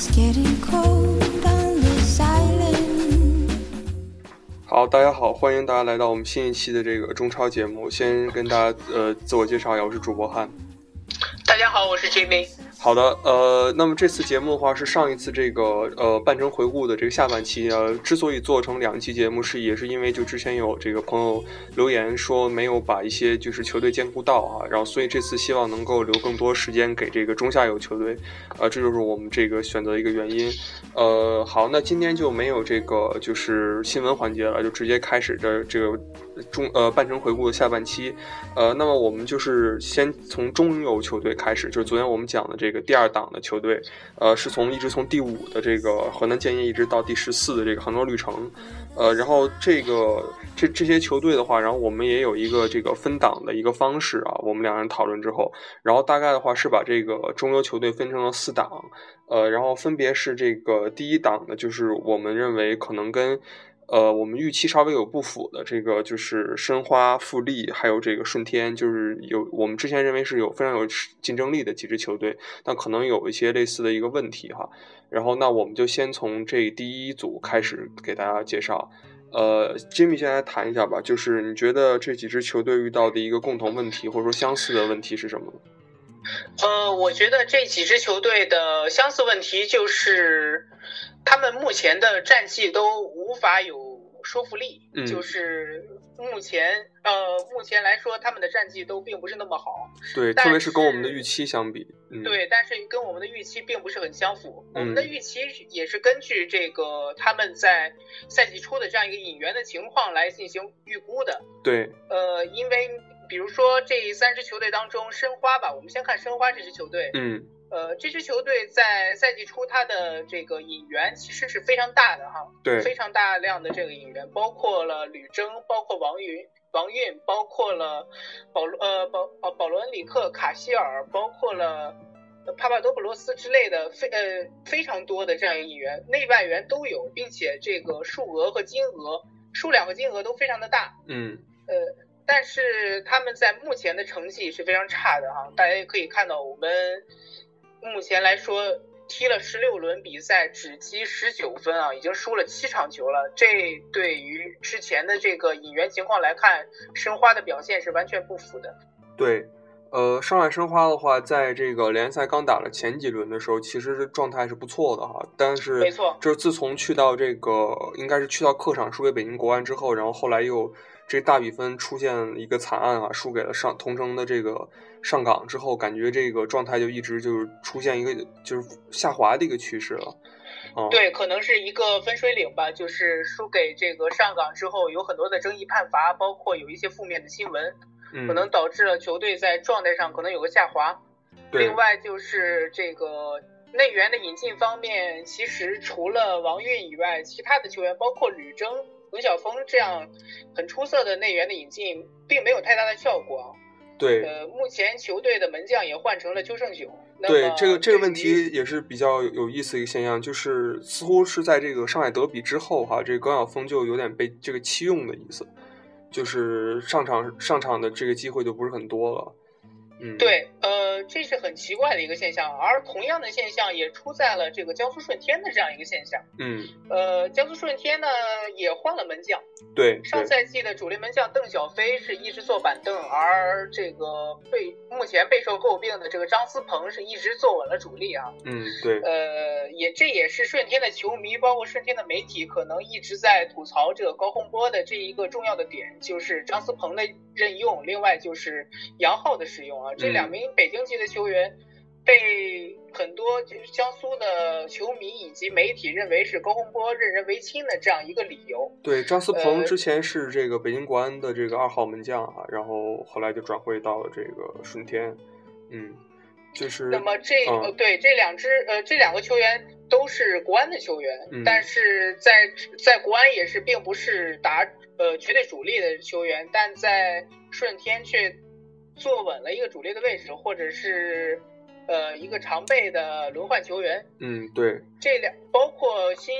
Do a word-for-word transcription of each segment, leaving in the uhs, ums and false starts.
好，大家好，欢迎大家来到我们新一期的这个中超节目。先跟大家呃自我介绍一下，我是主播汉。 大家好，我是 Jimmy。 好的，呃，那么这次节目的话是上一次这个呃半程回顾的这个下半期，呃，之所以做成两期节目是也是因为就之前有这个朋友留言说没有把一些就是球队兼顾到啊，然后所以这次希望能够留更多时间给这个中下游球队，呃，这就是我们这个选择的一个原因。呃，好，那今天就没有这个就是新闻环节了，就直接开始这这个中呃半程回顾的下半期。呃，那么我们就是先从中游球队开始，就是昨天我们讲的这个第二档的球队，呃，是从一直从第五的这个河南建业一直到第十四的这个杭州绿城，呃，然后这个这这些球队的话，然后我们也有一个这个分档的一个方式啊，我们两人讨论之后，然后大概的话是把这个中游球队分成了四档，呃，然后分别是这个第一档的，就是我们认为可能跟呃，我们预期稍微有不符的，这个就是申花、富力，还有这个顺天，就是有我们之前认为是有非常有竞争力的几支球队，但可能有一些类似的一个问题哈。然后那我们就先从这第一组开始给大家介绍。呃 ，Jimmy 先来谈一下吧，就是你觉得这几支球队遇到的一个共同问题，或者说相似的问题是什么呢？ 呃，我觉得这几支球队的相似问题就是他们目前的战绩都无法有说服力，嗯、就是目前呃目前来说他们的战绩都并不是那么好， 对，特别是跟我们的预期相比， 嗯、对，但是跟我们的预期并不是很相符。嗯、我们的预期也是根据这个他们在赛季初的这样一个引援的情况来进行预估的。 对， 呃，因为比如说这三支球队当中，申花吧，我们先看申花这支球队。 嗯， 呃，这支球队在赛季初它的这个引援其实是非常大的哈， 对， 非常大量的这个引援，包括了吕征，包括王云、王运，包括了保呃保保保罗恩里克、卡希尔，包括了帕帕多普洛斯之类的非呃非常多的这样一个引援，内外援都有，并且这个数额和金额、数量和金额都非常的大。 嗯， 呃。但是他们在目前的成绩是非常差的哈，大家也可以看到，我们目前来说踢了十六轮比赛，只积十九分啊，已经输了七场球了。这对于之前的这个引援情况来看，申花的表现是完全不符的。 对，呃，上海申花的话，在这个联赛刚打了前几轮的时候，其实状态是不错的哈。但是， 没错， 这自从去到这个应该是去到客场输给北京国安之后，然后后来又这大比分出现一个惨案啊，输给了上同城的这个上港之后，感觉这个状态就一直就是出现一个就是下滑的一个趋势了。嗯、 对，可能是一个分水岭吧，就是输给这个上港之后，有很多的争议判罚，包括有一些负面的新闻。可能导致了球队在状态上可能有个下滑。另外就是这个内援的引进方面，其实除了王运以外，其他的球员包括吕征、冯晓峰这样很出色的内援的引进，并没有太大的效果。 对， 呃，目前球队的门将也换成了邱胜炯。 对，这个这个问题也是比较有意思的一个现象，就是似乎是在这个上海德比之后哈，这个耿晓峰就有点被这个弃用的意思。就是上场上场的这个机会就不是很多了，嗯， 对，呃，这是很奇怪的一个现象，而同样的现象也出在了这个江苏舜天的这样一个现象， 嗯， 呃，江苏舜天呢也换了门将， 对， 上赛季的主力门将邓小飞是一直坐板凳，而这个被目前备受诟病的这个张思鹏是一直坐稳了主力啊， 嗯，对， 呃，也这也是舜天的球迷，包括舜天的媒体，可能一直在吐槽这个高洪波的这一个重要的点，就是张思鹏的任用，另外就是杨浩的使用啊，这两名北京籍的球员被很多江苏的球迷以及媒体认为是高洪波任人唯亲的这样一个理由。 对，张思鹏之前是这个北京国安的这个二号门将啊，然后后来就转会到了这个舜天，嗯，就是那么这、 嗯、 呃对这两支呃这两个球员都是国安的球员， 嗯、 但是在在国安也是并不是打呃绝对主力的球员，但在舜天却坐稳了一个主力的位置，或者是呃一个常备的轮换球员。 嗯，对， 这两包括新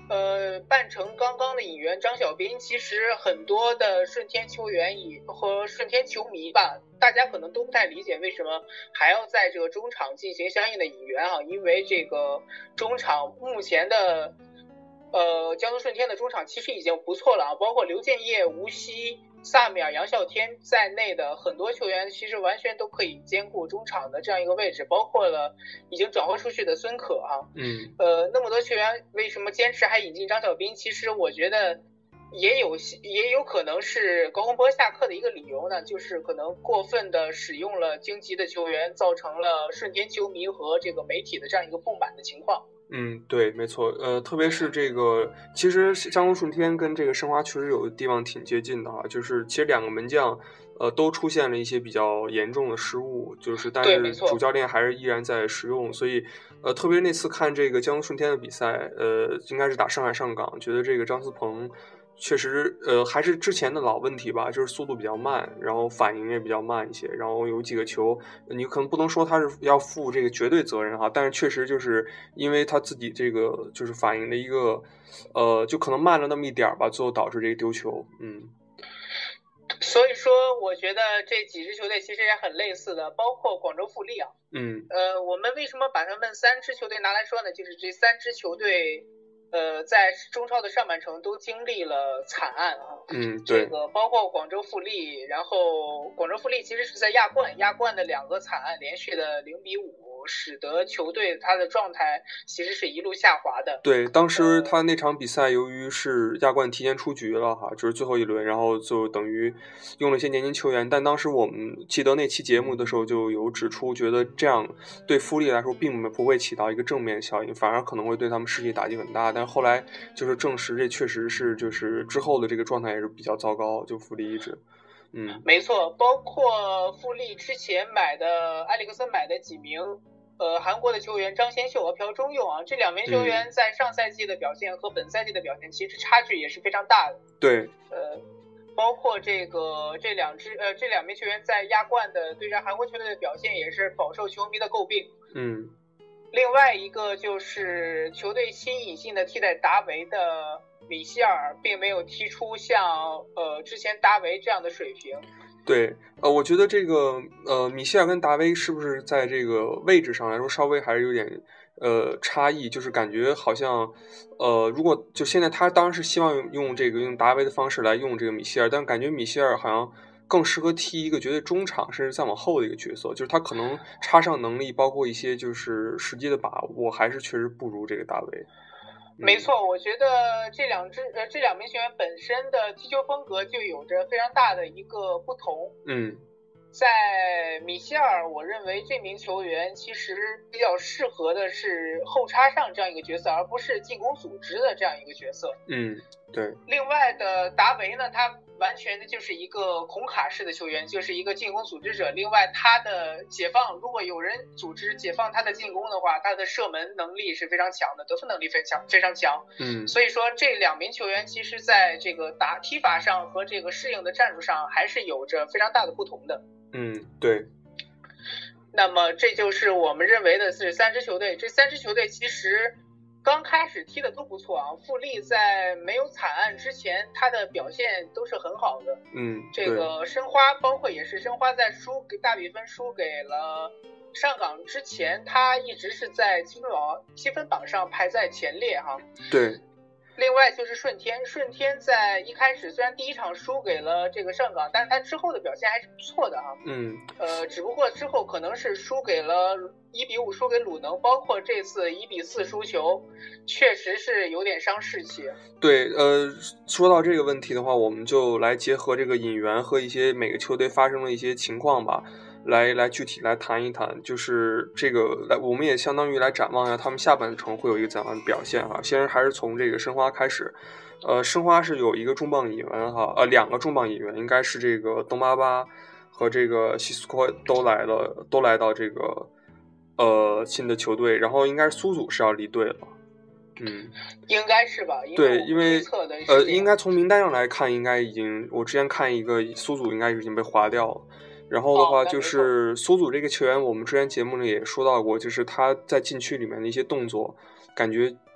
呃，半程刚刚的引援张小彬，其实很多的顺天球员以和顺天球迷吧，大家可能都不太理解为什么还要在这个中场进行相应的引援啊，因为这个中场目前的呃江苏舜天的中场其实已经不错了啊，包括刘建业、吴曦、萨米尔、杨啸天在内的很多球员，其实完全都可以兼顾中场的这样一个位置，包括了已经转会出去的孙可哈、啊， 嗯， 呃，那么多球员为什么坚持还引进张小彬？其实我觉得也有也有可能是高洪波下课的一个理由呢，就是可能过分的使用了京籍的球员，造成了顺天球迷和这个媒体的这样一个不满的情况。 嗯，对，没错，呃，特别是这个，其实江苏舜天跟这个申花确实有的地方挺接近的哈，就是其实两个门将，呃，都出现了一些比较严重的失误，就是但是主教练还是依然在使用，所以，呃，特别那次看这个江苏舜天的比赛，呃，应该是打上海上港，觉得这个张思鹏确实，呃，还是之前的老问题吧，就是速度比较慢，然后反应也比较慢一些，然后有几个球，你可能不能说他是要负这个绝对责任哈，但是确实就是因为他自己这个就是反应的一个，呃，就可能慢了那么一点吧，最后导致这个丢球，嗯。 所以说，我觉得这几支球队其实也很类似的，包括广州富力啊， 嗯， 呃，我们为什么把他们三支球队拿来说呢？就是这三支球队。呃，在中超的上半程都经历了惨案啊， 嗯，对， 这个包括广州富力，然后广州富力其实是在亚冠，亚冠的两个惨案连续的零比五，使得球队他的状态其实是一路下滑的。 对，当时他那场比赛由于是亚冠提前出局了哈，就是最后一轮，然后就等于用了一些年轻球员，但当时我们记得那期节目的时候就有指出，觉得这样对富力来说并不会起到一个正面效应，反而可能会对他们士气打击很大，但后来就是证实这确实是就是之后的这个状态也是比较糟糕，就富力一直，嗯， 没错，包括富力之前买的埃里克森买的几名呃韩国的球员张贤秀和朴忠佑啊，这两名球员在上赛季的表现和本赛季的表现其实差距也是非常大的。 对， 呃，包括这个这两支呃这两名球员在亚冠的对战韩国球队的表现也是饱受球迷的诟病。 嗯。 另外一个就是球队新引进的替代达维的米歇尔，并没有踢出像呃之前达维这样的水平。 对，呃，我觉得这个呃米歇尔跟达维是不是在这个位置上来说稍微还是有点呃差异，就是感觉好像呃如果就现在他当然是希望用用这个用达维的方式来用这个米歇尔，但感觉米歇尔好像更适合踢一个绝对中场甚至再往后的一个角色，就是他可能插上能力，包括一些就是实际的把握，还是确实不如这个达维。 没错，我觉得这两支呃这两名球员本身的踢球风格就有着非常大的一个不同。 嗯， 在米歇尔，我认为这名球员其实比较适合的是后插上这样一个角色，而不是进攻组织的这样一个角色。 嗯，对。 另外的达维呢，他完全的就是一个孔卡式的球员，就是一个进攻组织者。另外，他的解放，如果有人组织解放他的进攻的话，他的射门能力是非常强的，得分能力非常非常强。 嗯， 所以说这两名球员其实在这个打踢法上和这个适应的战术上还是有着非常大的不同的。 嗯，对。 那么这就是我们认为的是三支球队，这三支球队其实刚开始踢的都不错啊。富力在没有惨案之前，他的表现都是很好的。 嗯， 这个申花包括也是申花在输给大比分输给了上港之前，他一直是在积分榜积分榜上排在前列哈。 对。 另外就是顺天，顺天在一开始虽然第一场输给了这个上港，但是他之后的表现还是不错的啊。 嗯， 呃，只不过之后可能是输给了一比五输给鲁能，包括这次一比四输球，确实是有点伤士气。 对，呃，说到这个问题的话，我们就来结合这个引援和一些每个球队发生的一些情况吧。来来具体来谈一谈，就是这个来，我们也相当于来展望一下他们下半程会有一个怎样的表现哈。先还是从这个申花开始，呃，申花是有一个重磅引援哈，呃，两个重磅引援，应该是这个登巴巴和这个西斯科都来了，都来到这个呃新的球队，然后应该是苏祖是要离队了。嗯， 应该是吧？ 对，因为呃，应该该从名单上来看，应该已经，我之前看一个苏祖应该已经被划掉了。然后的话就是苏祖这个球员，我们之前节目里也说到过，就是他在禁区里面的一些动作，感觉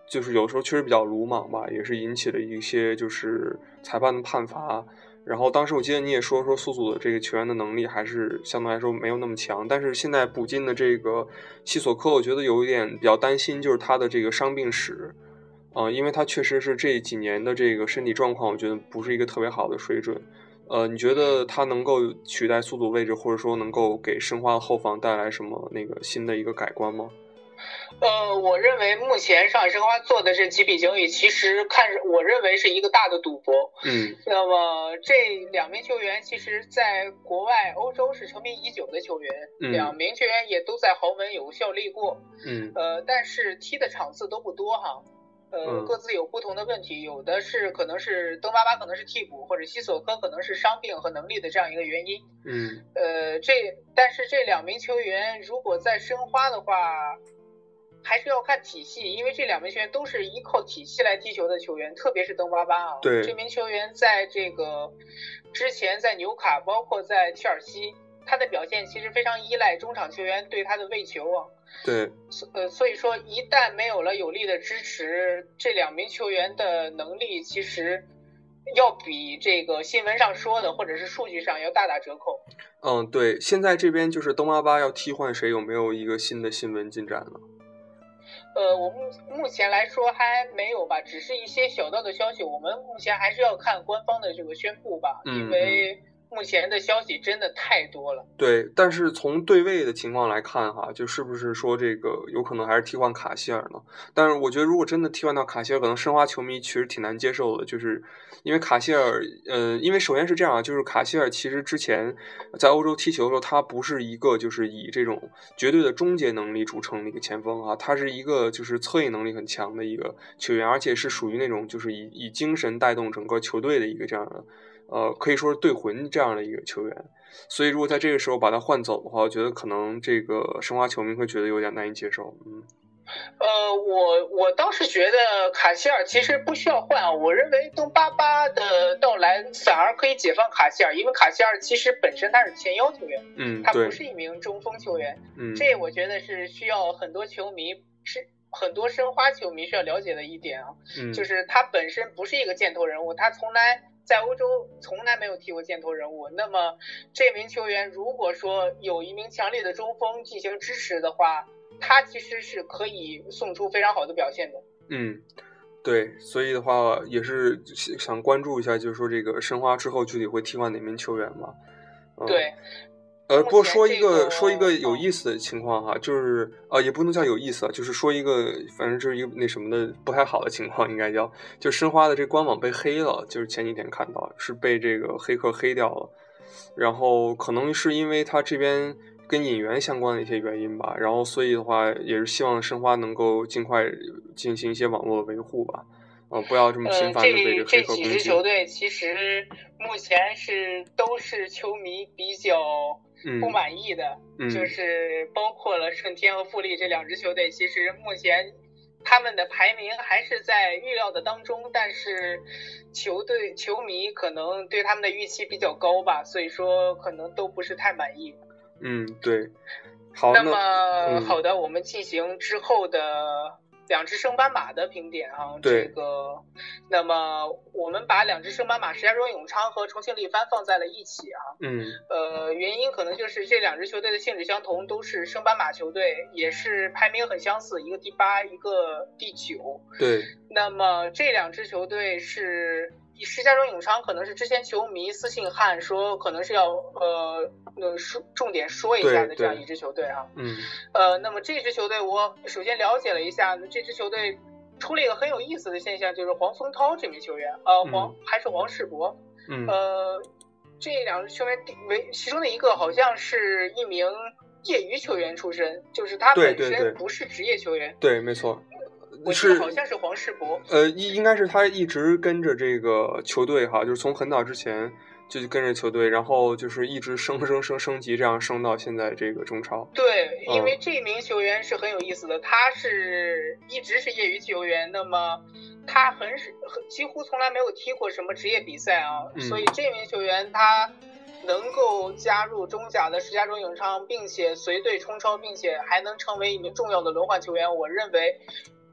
就是有时候确实比较鲁莽吧，也是引起了一些就是裁判的判罚。然后当时我记得你也说说素素的这个球员的能力还是相对来说没有那么强，但是现在补进的这个西索科，我觉得有一点比较担心，就是他的这个伤病史，啊、呃，因为他确实是这几年的这个身体状况，我觉得不是一个特别好的水准。呃，你觉得他能够取代素素位置，或者说能够给申花的后防带来什么那个新的一个改观吗？ 呃，我认为目前上海申花做的这几笔交易，其实看我认为是一个大的赌博。 嗯， 那么这两名球员，其实在国外欧洲是成名已久的球员， 嗯、 两名球员也都在豪门有效力过。 嗯， 呃，但是踢的场次都不多哈。呃，各自有不同的问题，有的是可能是登巴巴可能是替补，或者西索科可能是伤病和能力的这样一个原因。 嗯， 呃，这但是这两名球员如果在申花的话，还是要看体系，因为这两名球员都是依靠体系来踢球的球员，特别是登巴巴啊。 对， 这名球员在这个之前在纽卡，包括在切尔西，他的表现其实非常依赖中场球员对他的喂球啊。 对， 呃，所以说一旦没有了有力的支持，这两名球员的能力其实要比这个新闻上说的或者是数据上要大打折扣。 嗯，对，现在这边就是登巴巴要替换谁，有没有一个新的新闻进展呢？ 呃，我目目前来说还没有吧，只是一些小道的消息，我们目前还是要看官方的这个宣布吧， 嗯、 因为目前的消息真的太多了。 对，但是从对位的情况来看哈，就是不是说这个有可能还是替换卡希尔呢？但是我觉得如果真的替换到卡希尔，可能申花球迷其实挺难接受的，就是因为卡希尔，呃，因为首先是这样，就是卡希尔其实之前在欧洲踢球的时候，他不是一个就是以这种绝对的终结能力著称的一个前锋啊，他是一个就是策应能力很强的一个球员，而且是属于那种就是以以精神带动整个球队的一个这样的。呃，可以说是队魂这样的一个球员，所以如果在这个时候把他换走的话，我觉得可能这个申花球迷会觉得有点难以接受。嗯， 呃，我我倒是觉得卡希尔其实不需要换啊，我认为登巴巴的到来反而可以解放卡希尔，因为卡希尔其实本身他是前腰球员， 嗯， 他不是一名中锋球员， 嗯， 这我觉得是需要很多球迷是。很多申花球迷需要了解的一点啊， 嗯， 就是他本身不是一个箭头人物，他从来在欧洲从来没有踢过箭头人物。那么这名球员如果说有一名强力的中锋进行支持的话，他其实是可以送出非常好的表现的。 嗯，对，所以的话也是想关注一下，就是说这个申花之后具体会替换哪名球员吧。嗯、 对。 呃，不过说一个、 这个、 说一个有意思的情况哈，就是呃，也不能叫有意思啊，就是说一个反正就是一个那什么的不太好的情况，应该叫就申花的这官网被黑了，就是前几天看到是被这个黑客黑掉了，然后可能是因为他这边跟引援相关的一些原因吧，然后所以的话也是希望申花能够尽快进行一些网络的维护吧。嗯、呃，不要这么频繁的被这个黑客攻击。 呃、这, 这几支球队其实目前是都是球迷比较不满意的， 嗯、 就是包括了顺天和富力这两支球队，其实目前他们的排名还是在预料的当中，但是球队球迷可能对他们的预期比较高吧，所以说可能都不是太满意。 嗯，对。好， 那么、 嗯、 好的，我们进行之后的两支升班马的评点啊， 对这个，那么我们把两支升班马石家庄永昌和重庆力帆放在了一起啊， 嗯， 呃，原因可能就是这两支球队的性质相同，都是升班马球队，也是排名很相似，一个第八，一个第九。 对。 那么这两支球队是石家庄永昌，可能是之前球迷私信汉说，可能是要呃呃说重点说一下的这样一支球队啊。 嗯。 呃，那么这支球队我首先了解了一下，这支球队出了一个很有意思的现象，就是黄丰涛这名球员，呃，黄、嗯、还是黄世博， 嗯， 呃，这两支球员为其中的一个好像是一名业余球员出身，就是他本身不是职业球员。 对，对对没错。 我记得好像是黄世博， 呃，应应该是他一直跟着这个球队哈，就是从很早之前就跟着球队，然后就是一直升升升升级，这样升到现在这个中超。 对，因为这名球员是很有意思的，嗯、他是一直是业余球员，那么他很很几乎从来没有踢过什么职业比赛啊， 嗯、 所以这名球员他能够加入中甲的石家庄永昌，并且随队冲超，并且还能成为一名重要的轮换球员，我认为。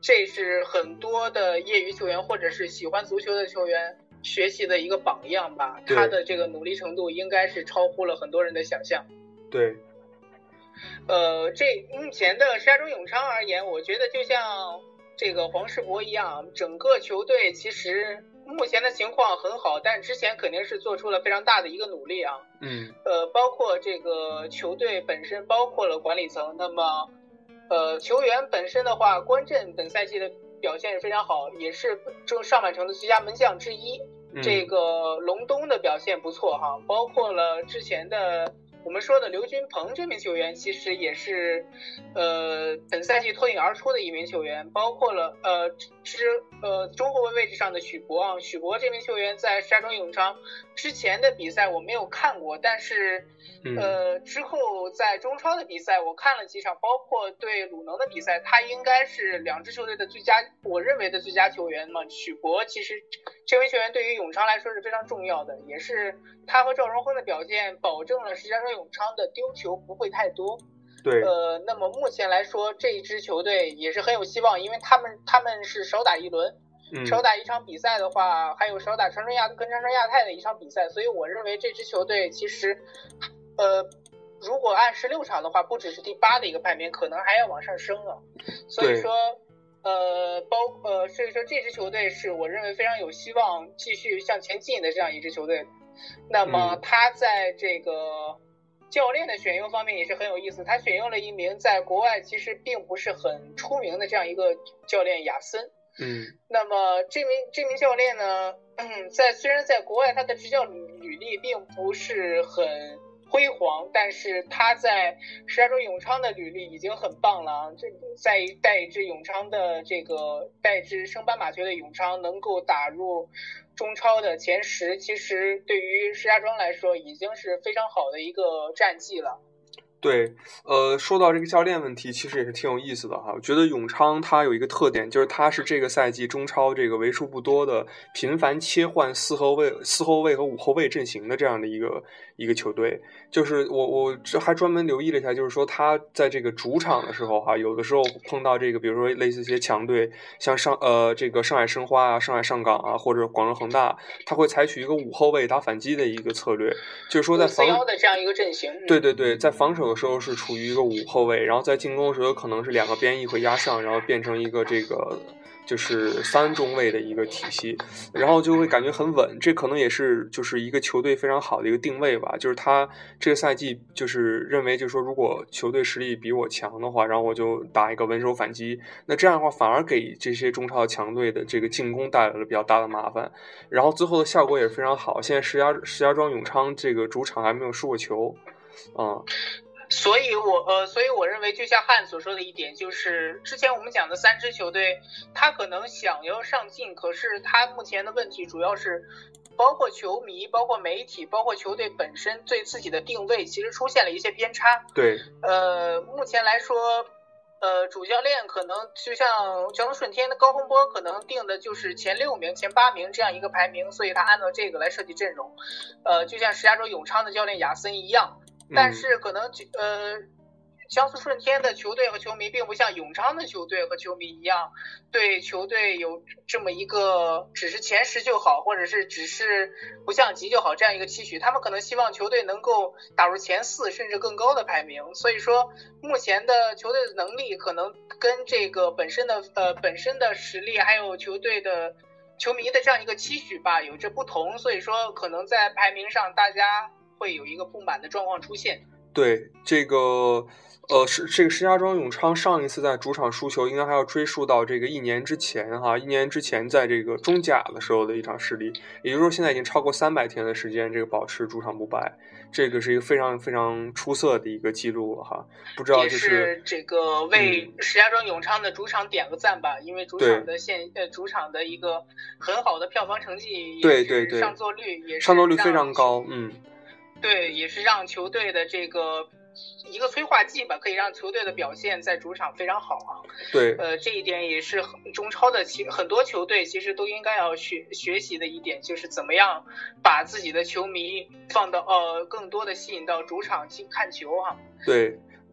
这是很多的业余球员或者是喜欢足球的球员学习的一个榜样吧。他的这个努力程度应该是超乎了很多人的想象。 对。 呃，这目前的石家庄永昌而言，我觉得就像这个黄世博一样，整个球队其实目前的情况很好，但之前肯定是做出了非常大的一个努力啊。 嗯。 呃，包括这个球队本身，包括了管理层，那么呃球员本身的话，关震本赛季的表现是非常好，也是中上半程的最佳门将之一。 嗯、 这个隆东的表现不错哈，包括了之前的。我们说的刘军鹏这名球员其实也是，呃，本赛季脱颖而出的一名球员，包括了呃之呃中后卫位置上的许博啊，许博这名球员在石家庄永昌之前的比赛我没有看过，但是呃之后在中超的比赛我看了几场，包括对鲁能的比赛，他应该是两支球队的最佳，我认为的最佳球员嘛。许博其实这位球员对于永昌来说是非常重要的，也是他和赵荣亨的表现保证了石家庄永昌的丢球不会太多。 对， 呃，那么目前来说，这一支球队也是很有希望，因为他们他们是少打一轮， 嗯、 少打一场比赛的话，还有少打长春亚跟长春亚泰的一场比赛，所以我认为这支球队其实，呃，如果按十六场的话，不只是第八的一个排名，可能还要往上升啊。所以说，呃，包呃，所以说这支球队是我认为非常有希望继续向前进的这样一支球队。那么他在这个教练的选用方面也是很有意思，他选用了一名在国外其实并不是很出名的这样一个教练亚森。 嗯， 那么这名这名教练呢，嗯、在虽然在国外他的执教履历并不是很辉煌，但是他在石家庄永昌的履历已经很棒了啊！这在带一支永昌的这个带一支升班马球队永昌能够打入中超的前十，其实对于石家庄来说已经是非常好的一个战绩了。 对，呃，说到这个教练问题，其实也是挺有意思的哈。我觉得永昌他有一个特点，就是他是这个赛季中超这个为数不多的频繁切换四后卫、四后卫和五后卫阵型的这样的一个一个球队。就是我我这还专门留意了一下，就是说他在这个主场的时候哈，有的时候碰到这个，比如说类似一些强队，像上呃这个上海申花啊、上海上港啊，或者广州恒大，他会采取一个五后卫打反击的一个策略，就是说在防五四一的这样一个阵型。 对对对，在防守的时候是处于一个五后卫，然后在进攻的时候可能是两个边翼会压上，然后变成一个这个就是三中卫的一个体系，然后就会感觉很稳。这可能也是就是一个球队非常好的一个定位吧，就是他这个赛季就是认为就是说，如果球队实力比我强的话，然后我就打一个稳守反击，那这样的话反而给这些中超强队的这个进攻带来了比较大的麻烦，然后最后的效果也是非常好。现在石家石家庄永昌这个主场还没有输过球。啊、嗯， 所以我呃，所以我认为，就像汉所说的一点，就是之前我们讲的三支球队，他可能想要上进，可是他目前的问题主要是，包括球迷、包括媒体、包括球队本身对自己的定位，其实出现了一些偏差。 对， 呃，目前来说，呃，主教练可能就像江苏舜天的高洪波，可能定的就是前六名、前八名这样一个排名，所以他按照这个来设计阵容。呃，就像石家庄永昌的教练亚森一样。但是可能呃，江苏舜天的球队和球迷并不像永昌的球队和球迷一样，对球队有这么一个只是前十就好，或者是只是不降级就好这样一个期许。他们可能希望球队能够打入前四甚至更高的排名。所以说，目前的球队的能力可能跟这个本身的呃本身的实力，还有球队的球迷的这样一个期许吧，有着不同。所以说，可能在排名上大家会有一个不满的状况出现。 对，这个呃是这个石家庄永昌上一次在主场输球，应该还要追溯到这个一年之前哈，一年之前在这个中甲的时候的一场失利，也就是说现在已经超过三百天的时间，这个保持主场不败，这个是一个非常非常出色的一个记录了哈。不知道就是、 也是这个为石家庄永昌的主场点个赞吧，嗯、因为主场的现呃主场的一个很好的票房成绩， 对对对， 上座率也是上座率非常高，嗯。 对，也是让球队的这个一个催化剂吧，可以让球队的表现在主场非常好啊。 对， 呃，这一点也是中超的其很多球队其实都应该要学学习的一点，就是怎么样把自己的球迷放到呃更多的吸引到主场去看球啊。 对。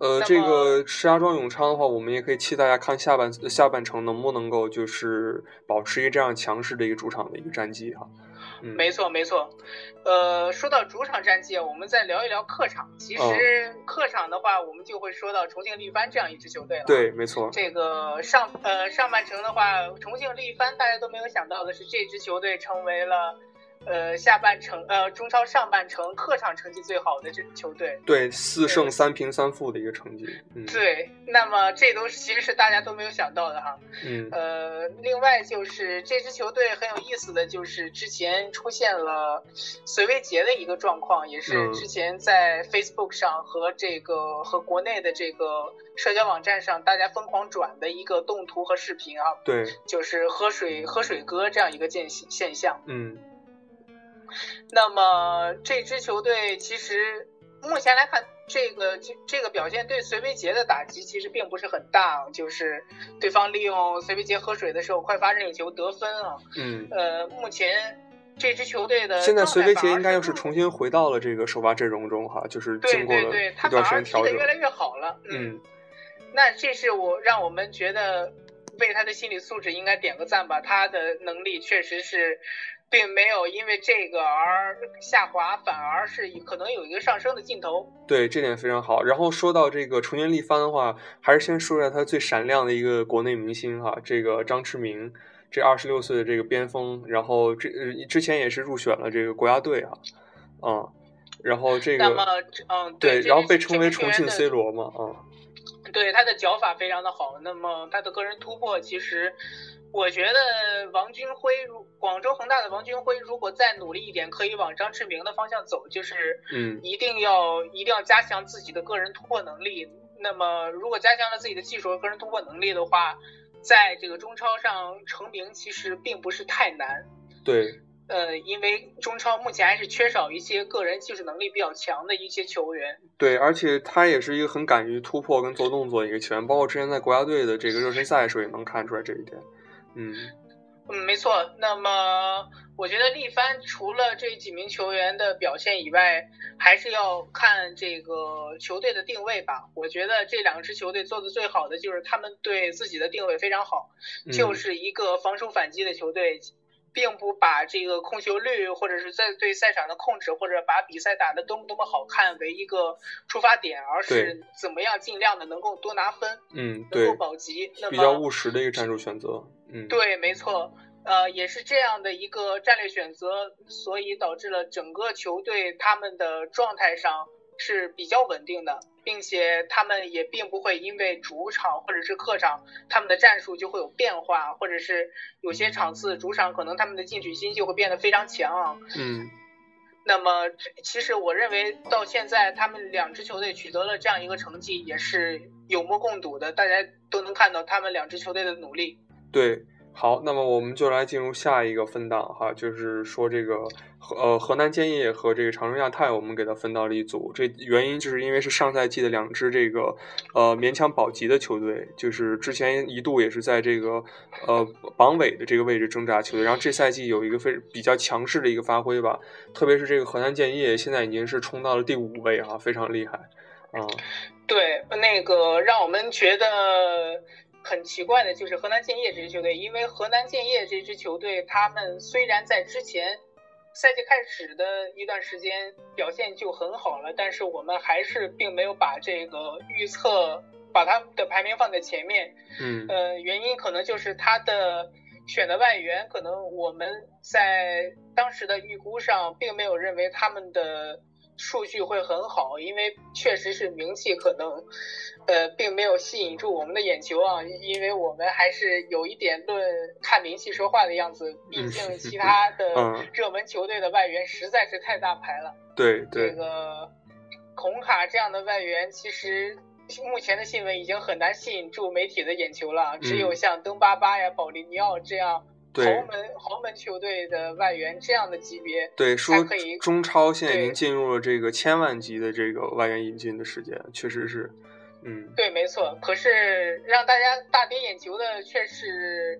呃，这个石家庄永昌的话，我们也可以期待下看下半下半程能不能够就是保持一个这样强势的一个主场的一个战绩哈。嗯， 没错没错。呃，说到主场战绩，我们再聊一聊客场。其实客场的话，我们就会说到重庆力帆这样一支球队了。 对，没错。 这个上呃上半程的话，重庆力帆大家都没有想到的是，这支球队成为了。呃，下半程呃，中超上半程客场成绩最好的这支球队， 对，四胜三平三负的一个成绩。嗯， 对，那么这都其实是大家都没有想到的哈。 嗯， 呃，另外就是这支球队很有意思的就是之前出现了隋维杰的一个状况，也是之前在 Facebook 上和这个、嗯、和国内的这个社交网站上大家疯狂转的一个动图和视频啊。 对， 就是喝水喝水哥这样一个现现象。 嗯。 那么这支球队其实目前来看，这个这个表现对隋维杰的打击其实并不是很大，就是对方利用隋维杰喝水的时候快发任意球得分啊。 嗯， 呃，目前这支球队的现在隋维杰应该又是重新回到了这个首发阵容中哈，就是经过了一段时间调整， 对对对，他反而踢得越来越好了。 嗯， 嗯那这是我让我们觉得为他的心理素质应该点个赞吧，他的能力确实是。并没有因为这个而下滑，反而是可能有一个上升的劲头。 对，这点非常好。然后说到这个重庆力帆的话，还是先说一下他最闪亮的一个国内明星哈，这个张驰明，这二十六岁的这个边锋，然后这之前也是入选了这个国家队哈，嗯，然后这个， 那么嗯对，然后被称为重庆 C 罗嘛，嗯， 对，他的脚法非常的好，那么他的个人突破其实。我觉得王军辉，广州恒大的王军辉，如果再努力一点，可以往张驰明的方向走，就是嗯， 一定要、嗯、一定要加强自己的个人突破能力。那么，如果加强了自己的技术和个人突破能力的话，在这个中超上成名其实并不是太难。 对， 呃，因为中超目前还是缺少一些个人技术能力比较强的一些球员。 对，而且他也是一个很敢于突破跟做动作的一个球员，包括之前在国家队的这个热身赛的时候也能看出来这一点。嗯嗯，没错。那么我觉得力帆除了这几名球员的表现以外，还是要看这个球队的定位吧。我觉得这两支球队做的最好的就是他们对自己的定位非常好， 嗯、 就是一个防守反击的球队，并不把这个控球率或者是在对赛场的控制或者把比赛打得多么多么好看为一个出发点，而是怎么样尽量的能够多拿分， 嗯， 能够保级。那么比较务实的一个战术选择。嗯， 对，没错，呃，也是这样的一个战略选择，所以导致了整个球队他们的状态上是比较稳定的，并且他们也并不会因为主场或者是客场他们的战术就会有变化，或者是有些场次主场可能他们的进取心就会变得非常强。 嗯， 那么其实我认为到现在他们两支球队取得了这样一个成绩也是有目共睹的，大家都能看到他们两支球队的努力。 对，好，那么我们就来进入下一个分档哈，就是说这个呃河南建业和这个长春亚泰，我们给它分到了一组。这原因就是因为是上赛季的两支这个呃勉强保级的球队，就是之前一度也是在这个呃榜尾的这个位置挣扎球队，然后这赛季有一个非比较强势的一个发挥吧，特别是这个河南建业现在已经是冲到了第五位哈，非常厉害啊、嗯。 对，那个让我们觉得。很奇怪的就是河南建业这支球队，因为河南建业这支球队，他们虽然在之前赛季开始的一段时间表现就很好了，但是我们还是并没有把这个预测把他的排名放在前面。 嗯， 呃，原因可能就是他的选的外援，可能我们在当时的预估上并没有认为他们的数据会很好，因为确实是名气可能呃并没有吸引住我们的眼球啊，因为我们还是有一点论看名气说话的样子，毕竟其他的热门球队的外援实在是太大牌了。 对对， 这个孔卡这样的外援其实目前的新闻已经很难吸引住媒体的眼球了，只有像登巴巴呀、保利尼奥这样豪门豪门球队的外援这样的级别， 对，说可以中超现在已经进入了这个千万级的这个外援引进的时间，确实是，嗯， 对，没错。可是让大家大跌眼球的却是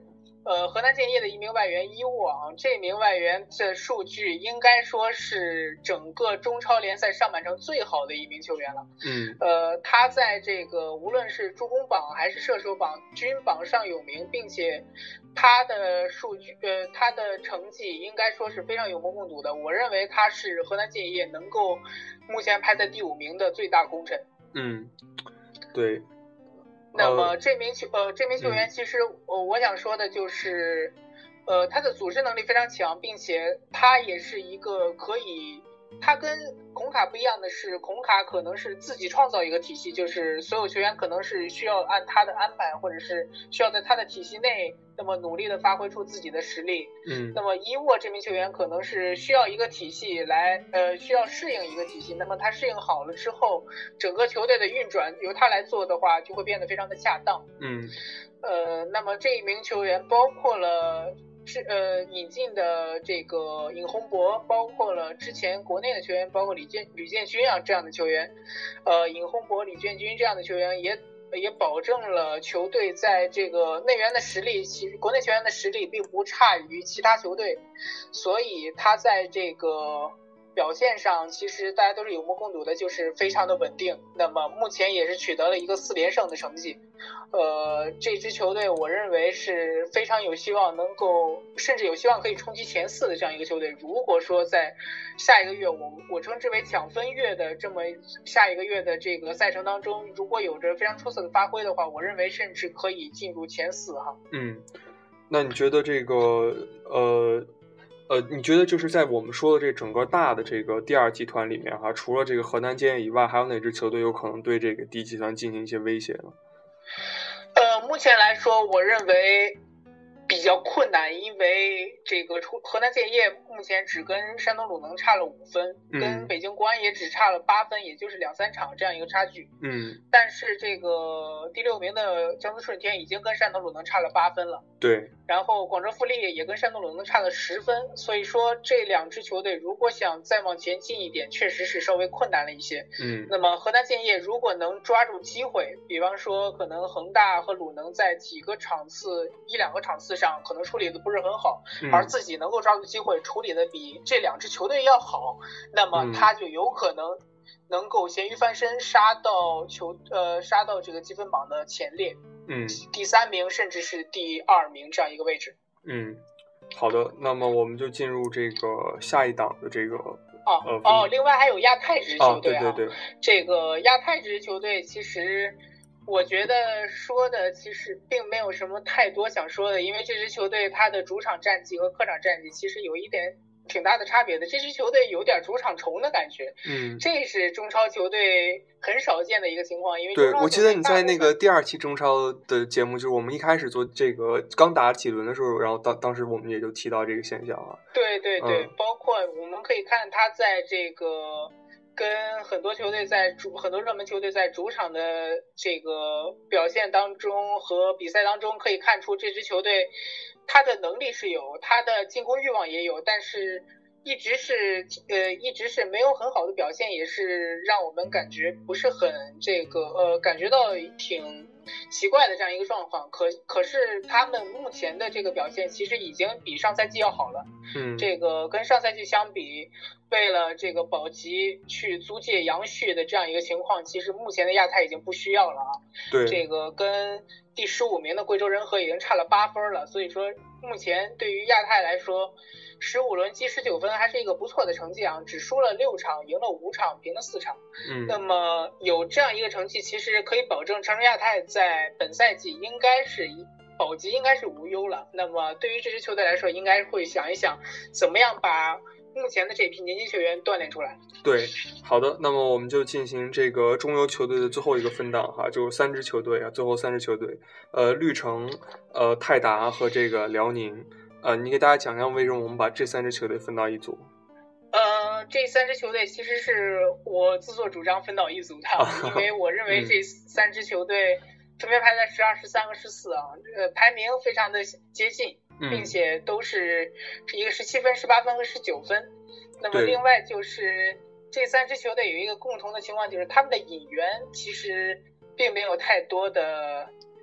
呃，河南建业的一名外援伊沃啊，这名外援的数据应该说是整个中超联赛上半程最好的一名球员了。 嗯， 呃，他在这个无论是助攻榜还是射手榜均榜上有名，并且他的数据，呃，他的成绩应该说是非常有目共睹的。我认为他是河南建业能够目前排在第五名的最大功臣。 嗯，对。 那么这名球呃这名球员其实我、呃、我想说的就是，呃他的组织能力非常强，并且他也是一个可以，他跟孔卡不一样的是，孔卡可能是自己创造一个体系，就是所有球员可能是需要按他的安排，或者是需要在他的体系内那么努力的发挥出自己的实力。 嗯， 那么伊沃这名球员可能是需要一个体系来呃需要适应一个体系，那么他适应好了之后，整个球队的运转由他来做的话就会变得非常的恰当。 嗯， 呃那么这一名球员包括了是呃引进的这个尹洪博，包括了之前国内的球员，包括李建吕建军啊这样的球员，呃尹洪博、李建军这样的球员也也保证了球队在这个内援的实力，其实国内球员的实力并不差于其他球队，所以他在这个表现上其实大家都是有目共睹的，就是非常的稳定。那么目前也是取得了一个四连胜的成绩。呃，这支球队我认为是非常有希望能够，甚至有希望可以冲击前四的这样一个球队。如果说在下一个月，我我称之为抢分月的这么下一个月的这个赛程当中，如果有着非常出色的发挥的话，我认为甚至可以进入前四哈。 嗯，那你觉得这个呃呃，你觉得就是在我们说的这整个大的这个第二集团里面哈，除了这个河南建业以外，还有哪支球队有可能对这个第一集团进行一些威胁呢？ 呃，目前来说，我认为比较困难，因为这个河南建业目前只跟山东鲁能差了五分， 嗯、 跟北京国安也只差了八分，也就是两三场这样一个差距。 嗯， 但是这个第六名的江苏舜天已经跟山东鲁能差了八分了。 对。 然后广州富力也跟山东鲁能差了十分，所以说这两支球队如果想再往前进一点，确实是稍微困难了一些。 嗯。 那么河南建业如果能抓住机会，比方说可能恒大和鲁能在几个场次一两个场次上可能处理的不是很好， 嗯、 而自己能够抓住机会处理的比这两支球队要好，那么他就有可能能够咸鱼翻身，杀到球呃杀到这个积分榜的前列。 嗯， 第三名甚至是第二名这样一个位置。 嗯，好的，那么我们就进入这个下一档的这个哦、 呃、 哦，另外还有亚太支球队啊， 哦、对对对， 这个亚太支球队其实我觉得说的其实并没有什么太多想说的，因为这支球队它的主场战绩和客场战绩其实有一点挺大的差别的，这支球队有点主场虫的感觉， 嗯， 这是中超球队很少见的一个情况，因为对，我记得你在那个第二期中超的节目，就是我们一开始做这个刚打几轮的时候，然后当当时我们也就提到这个现象啊。 对对对、嗯，包括我们可以看他在这个跟很多球队在主很多热门球队在主场的这个表现当中和比赛当中，可以看出这支球队他的能力是有，他的进攻欲望也有，但是一直是呃一直是没有很好的表现，也是让我们感觉不是很这个呃感觉到挺奇怪的这样一个状况。可可是他们目前的这个表现其实已经比上赛季要好了。 嗯， 这个跟上赛季相比，为了这个保级去租借杨旭的这样一个情况，其实目前的亚太已经不需要了啊。 对， 这个跟第十五名的贵州人和已经差了八分了，所以说目前对于亚太来说，十五轮积十九分还是一个不错的成绩啊，只输了六场，赢了五场，平了四场。 嗯， 那么有这样一个成绩，其实可以保证长春亚泰在本赛季应该是一保级应该是无忧了。那么对于这支球队来说，应该会想一想怎么样把目前的这批年轻球员锻炼出来。 对，好的，那么我们就进行这个中游球队的最后一个分档哈，就是三支球队啊，最后三支球队，呃，绿城、呃，泰达和这个辽宁，呃，你给大家讲讲为什么我们把这三支球队分到一组？ 呃，这三支球队其实是我自作主张分到一组的，因为我认为这三支球队分别排在十二、十三和十四啊，呃，排名非常的接近。并且都是一个十七分、十八分和十九分。那么另外就是这三支球队有一个共同的情况，就是他们的引援其实并没有太多的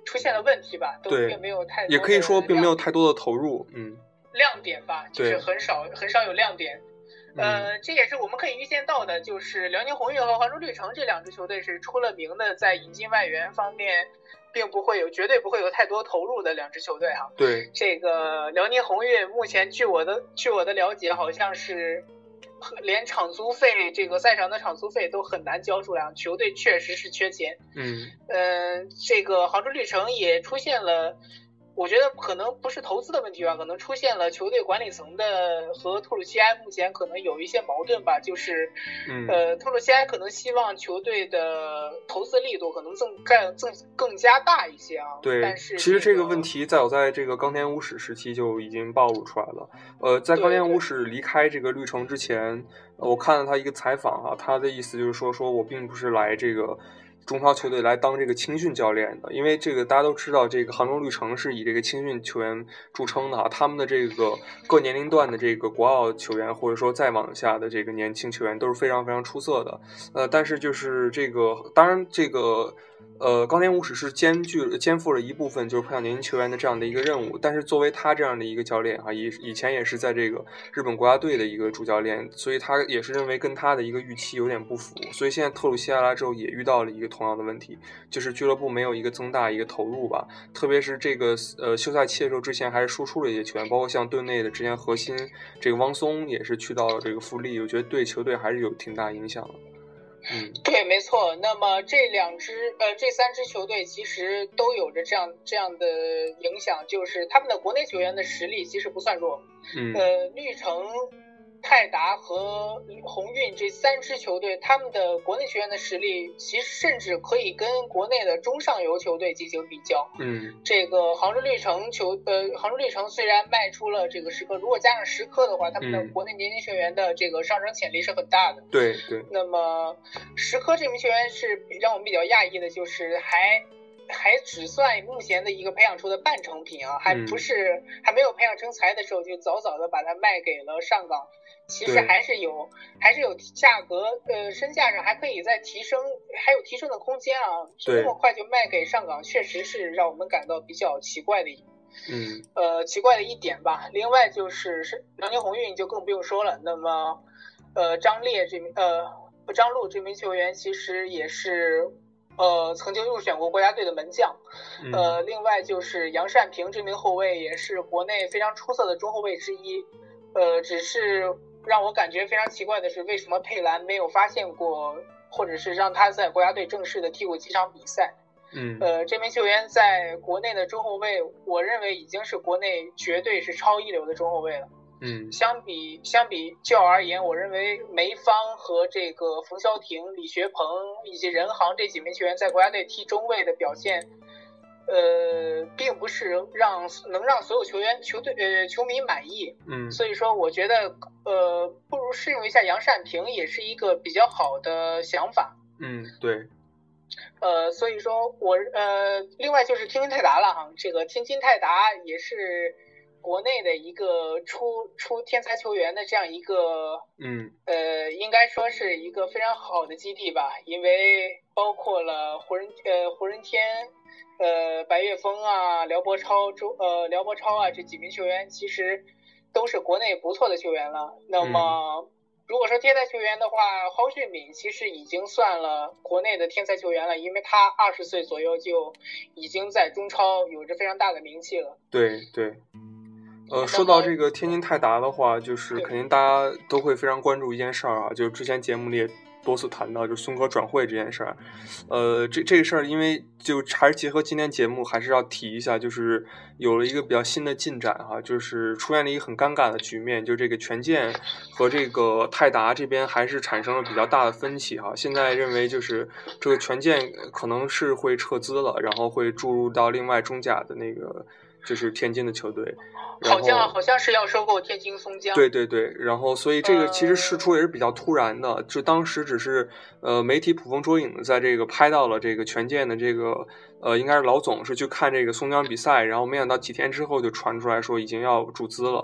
出现了问题吧，都并没有太多， 也可以说并没有太多的投入，嗯， 亮点吧，就是很少很少有亮点。呃，这也是我们可以预见到的，就是辽宁宏运和杭州绿城这两支球队是出了名的，在引进外援方面，并不会有绝对不会有太多投入的两支球队哈。 对， 这个辽宁宏运目前据我的据我的了解，好像是连场租费这个赛场的场租费都很难交出来，球队确实是缺钱。 嗯， 呃，这个杭州绿城也出现了。我觉得可能不是投资的问题吧，可能出现了球队管理层的和特鲁西埃目前可能有一些矛盾吧，就是， 嗯、 呃，特鲁西埃可能希望球队的投资力度可能更更更更加大一些啊。 对， 但是、 这个、其实这个问题在我在这个冈田武史时期就已经暴露出来了。呃，在冈田武史离开这个绿城之前，我看了他一个采访哈、啊，他的意思就是说，说我并不是来这个。中超球队来当这个青训教练的，因为这个大家都知道，这个杭州绿城是以这个青训球员著称的哈，他们的这个各年龄段的这个国奥球员，或者说再往下的这个年轻球员都是非常非常出色的。呃，但是就是这个，当然这个。呃，冈田武史是兼具肩负了一部分就是培养年轻球员的这样的一个任务，但是作为他这样的一个教练哈，以以前也是在这个日本国家队的一个主教练，所以他也是认为跟他的一个预期有点不符，所以现在特鲁西埃来之后也遇到了一个同样的问题，就是俱乐部没有一个增大一个投入吧，特别是这个呃休赛期的时候，之前还是输出了一些球员，包括像队内的之前核心这个汪松也是去到了这个富力，我觉得对球队还是有挺大影响的。嗯， 对，没错。那么这两支呃，这三支球队其实都有着这样这样的影响，就是他们的国内球员的实力其实不算弱。 嗯， 呃，绿城、泰达和宏运这三支球队，他们的国内球员的实力，其实甚至可以跟国内的中上游球队进行比较。 嗯， 这个杭州绿城球呃，杭州绿城虽然卖出了这个石科，如果加上石科的话，他们的国内年轻球员的这个上升潜力是很大的。 对对。 那么石科这名球员是让我们比较讶异的，就是还。还只算目前的一个培养出的半成品啊，还不是、嗯、还没有培养成才的时候就早早的把它卖给了上港，其实还是有还是有价格呃身价上还可以再提升，还有提升的空间啊，这么快就卖给上港，确实是让我们感到比较奇怪的嗯呃奇怪的一点吧。另外就是是辽宁宏运就更不用说了，那么呃张烈这名呃张路这名球员其实也是。呃，曾经入选过国家队的门将，呃，另外就是杨善平这名后卫也是国内非常出色的中后卫之一，呃，只是让我感觉非常奇怪的是，为什么佩兰没有发现过，或者是让他在国家队正式的踢过几场比赛？ 嗯， 呃，这名球员在国内的中后卫，我认为已经是国内绝对是超一流的中后卫了。 嗯， 相比相比较而言，我认为梅芳和这个冯潇霆、李学鹏以及任航这几名球员在国家队踢中卫的表现，呃，并不是让能让所有球员、球队呃球迷满意。 嗯， 所以说我觉得呃，不如试用一下杨善平，也是一个比较好的想法。 嗯，对。 呃，所以说我呃，另外就是天津泰达了哈，这个天津泰达也是。国内的一个出出天才球员的这样一个， 嗯， 呃，应该说是一个非常好的基地吧，因为包括了胡仁呃胡仁天，呃白岳峰啊、辽博超、周呃辽博超啊这几名球员，其实都是国内不错的球员了。那么、嗯、如果说天才球员的话，蒿俊闵其实已经算了国内的天才球员了，因为他二十岁左右就已经在中超有着非常大的名气了。 对对。呃，说到这个天津泰达的话，就是肯定大家都会非常关注一件事儿啊，就是之前节目里也多次谈到，就是孙科转会这件事儿。呃，这这个事儿，因为就还是结合今天节目，还是要提一下，就是有了一个比较新的进展哈，就是出现了一个很尴尬的局面，就这个权健和这个泰达这边还是产生了比较大的分歧哈。现在认为就是这个权健可能是会撤资了，然后会注入到另外中甲的那个。就是天津的球队， 好像好像是要收购天津松江。 对对对，然后所以这个其实事出也是比较突然的，呃、就当时只是呃媒体捕风捉影的，在这个拍到了这个权健的这个呃应该是老总是去看这个松江比赛，然后没想到几天之后就传出来说已经要注资了。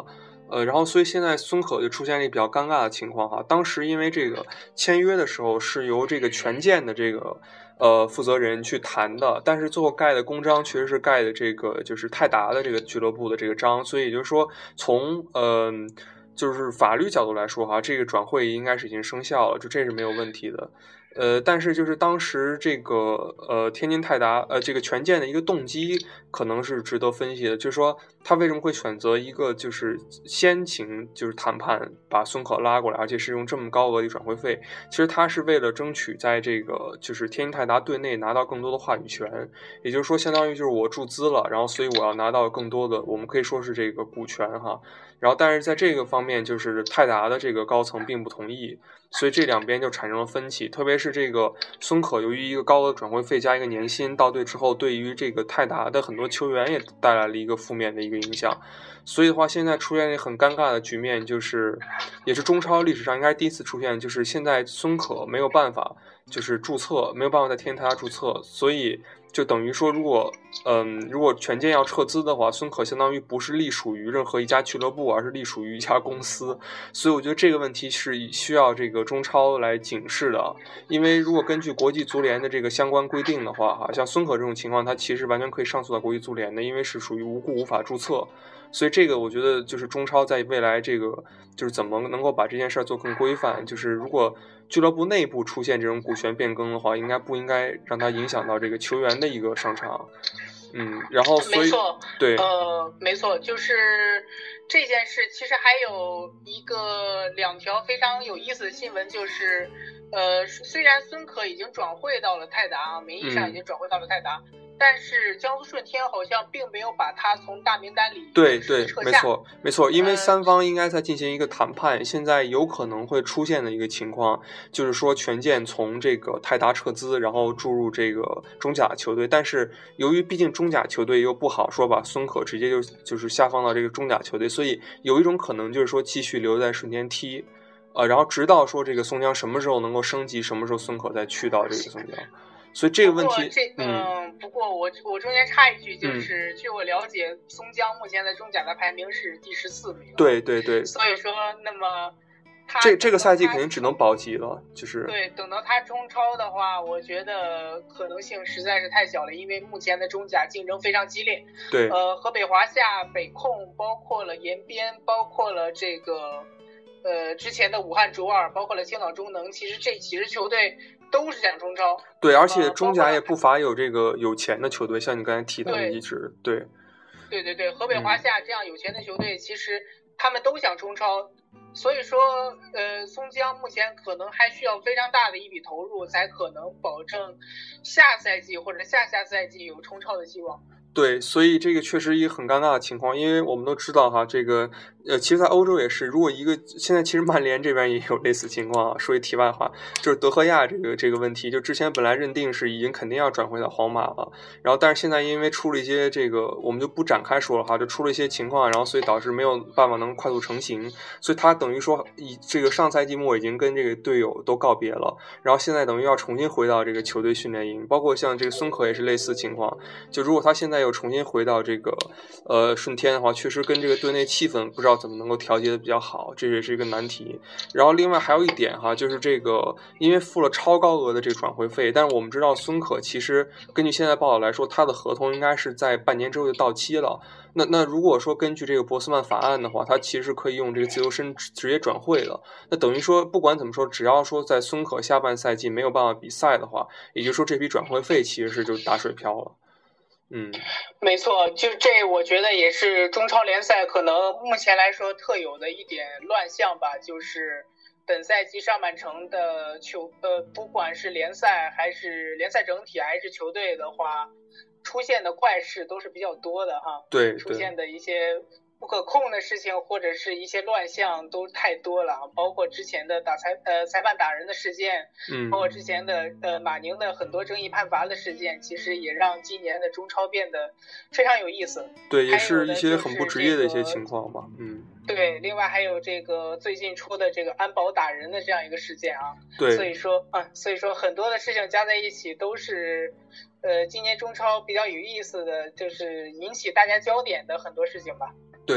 呃，然后所以现在孙可就出现了一个比较尴尬的情况哈。当时因为这个签约的时候是由这个权健的这个呃负责人去谈的，但是最后盖的公章确实是盖的这个就是泰达的这个俱乐部的这个章，所以也就是说从呃就是法律角度来说哈，这个转会应该是已经生效了，就这是没有问题的。呃，但是就是当时这个呃天津泰达呃这个权健的一个动机可能是值得分析的，就是说他为什么会选择一个就是先行就是谈判把孙可拉过来，而且是用这么高额的转会费，其实他是为了争取在这个就是天津泰达队内拿到更多的话语权，也就是说相当于就是我注资了，然后所以我要拿到更多的我们可以说是这个股权哈，然后但是在这个方面就是泰达的这个高层并不同意。所以这两边就产生了分歧，特别是这个孙可由于一个高额转会费加一个年薪到队之后，对于这个泰达的很多球员也带来了一个负面的一个影响。所以的话，现在出现一个很尴尬的局面，就是也是中超历史上应该第一次出现，就是现在孙可没有办法就是注册，没有办法在天津泰达注册，所以就等于说，如果嗯如果权健要撤资的话，孙可相当于不是隶属于任何一家俱乐部，而是隶属于一家公司。所以我觉得这个问题是需要这个中超来警示的，因为如果根据国际足联的这个相关规定的话，哈，像孙可这种情况，他其实完全可以上诉到国际足联的，因为是属于无故无法注册。所以这个我觉得就是中超在未来这个就是怎么能够把这件事做更规范，就是如果俱乐部内部出现这种股权变更的话，应该不应该让它影响到这个球员的一个上场。嗯，然后所以没错， 对， 呃，没错，就是这件事其实还有一个两条非常有意思的新闻，就是呃，虽然孙可已经转会到了泰达，名义上已经转会到了泰达。嗯，但是江苏舜天好像并没有把他从大名单里对对，没错没错，因为三方应该在进行一个谈判，呃、现在有可能会出现的一个情况，就是说权健从这个泰达撤资，然后注入这个中甲球队，但是由于毕竟中甲球队又不好说把孙可直接就就是下放到这个中甲球队，所以有一种可能就是说继续留在舜天踢，呃，然后直到说这个松江什么时候能够升级，什么时候孙可再去到这个松江。所以这个问题， 这嗯，不过我我中间插一句，就是、嗯、据我了解，松江目前在中甲的排名是第十四名。 对对对。 所以说，那么他这这个赛季肯定只能保级了，就是对。等到他中超的话，我觉得可能性实在是太小了，因为目前的中甲竞争非常激烈。 对。 呃，河北华夏、北控，包括了延边，包括了这个呃之前的武汉卓尔，包括了青岛中能，其实这几支球队都是想中超。 对，而且中甲也不乏有这个有钱的球队，像你刚才提到的一支，对， 对对对，河北华夏这样有钱的球队，嗯、其实他们都想中超，所以说，呃，松江目前可能还需要非常大的一笔投入，才可能保证下赛季或者下下赛季有冲超的希望。 对，所以这个确实一个很尴尬的情况，因为我们都知道哈，这个呃，其实在欧洲也是，如果一个现在其实曼联这边也有类似情况啊。说句题外话，就是德赫亚这个这个问题，就之前本来认定是已经肯定要转回到皇马了，然后但是现在因为出了一些这个，我们就不展开说了哈，就出了一些情况，然后所以导致没有办法能快速成型，所以他等于说以这个上赛季末已经跟这个队友都告别了，然后现在等于要重新回到这个球队训练营，包括像这个孙可也是类似情况，就如果他现在又重新回到这个呃舜天的话，确实跟这个队内气氛不知道怎么能够调节的比较好，这也是一个难题。然后另外还有一点哈，就是这个因为付了超高额的这个转会费，但是我们知道孙可其实根据现在报道来说，他的合同应该是在半年之后就到期了。那那如果说根据这个博斯曼法案的话，他其实可以用这个自由身直接转会了。那等于说不管怎么说，只要说在孙可下半赛季没有办法比赛的话，也就是说这笔转会费其实是就打水漂了。嗯， 没错，就这我觉得也是中超联赛可能目前来说特有的一点乱象吧，就是本赛季上半程的球呃，不管是联赛还是联赛整体还是球队的话，出现的怪事都是比较多的哈。 对， 出现的一些不可控的事情或者是一些乱象都太多了，包括之前的打裁呃裁判打人的事件， 嗯， 包括之前的呃马宁的很多争议判罚的事件，其实也让今年的中超变得非常有意思。 对，也是一些很不职业的一些情况吧。嗯， 对，另外还有这个最近出的这个安保打人的这样一个事件啊。 对， 所以说啊，所以说很多的事情加在一起都是呃今年中超比较有意思的，就是引起大家焦点的很多事情吧。 对，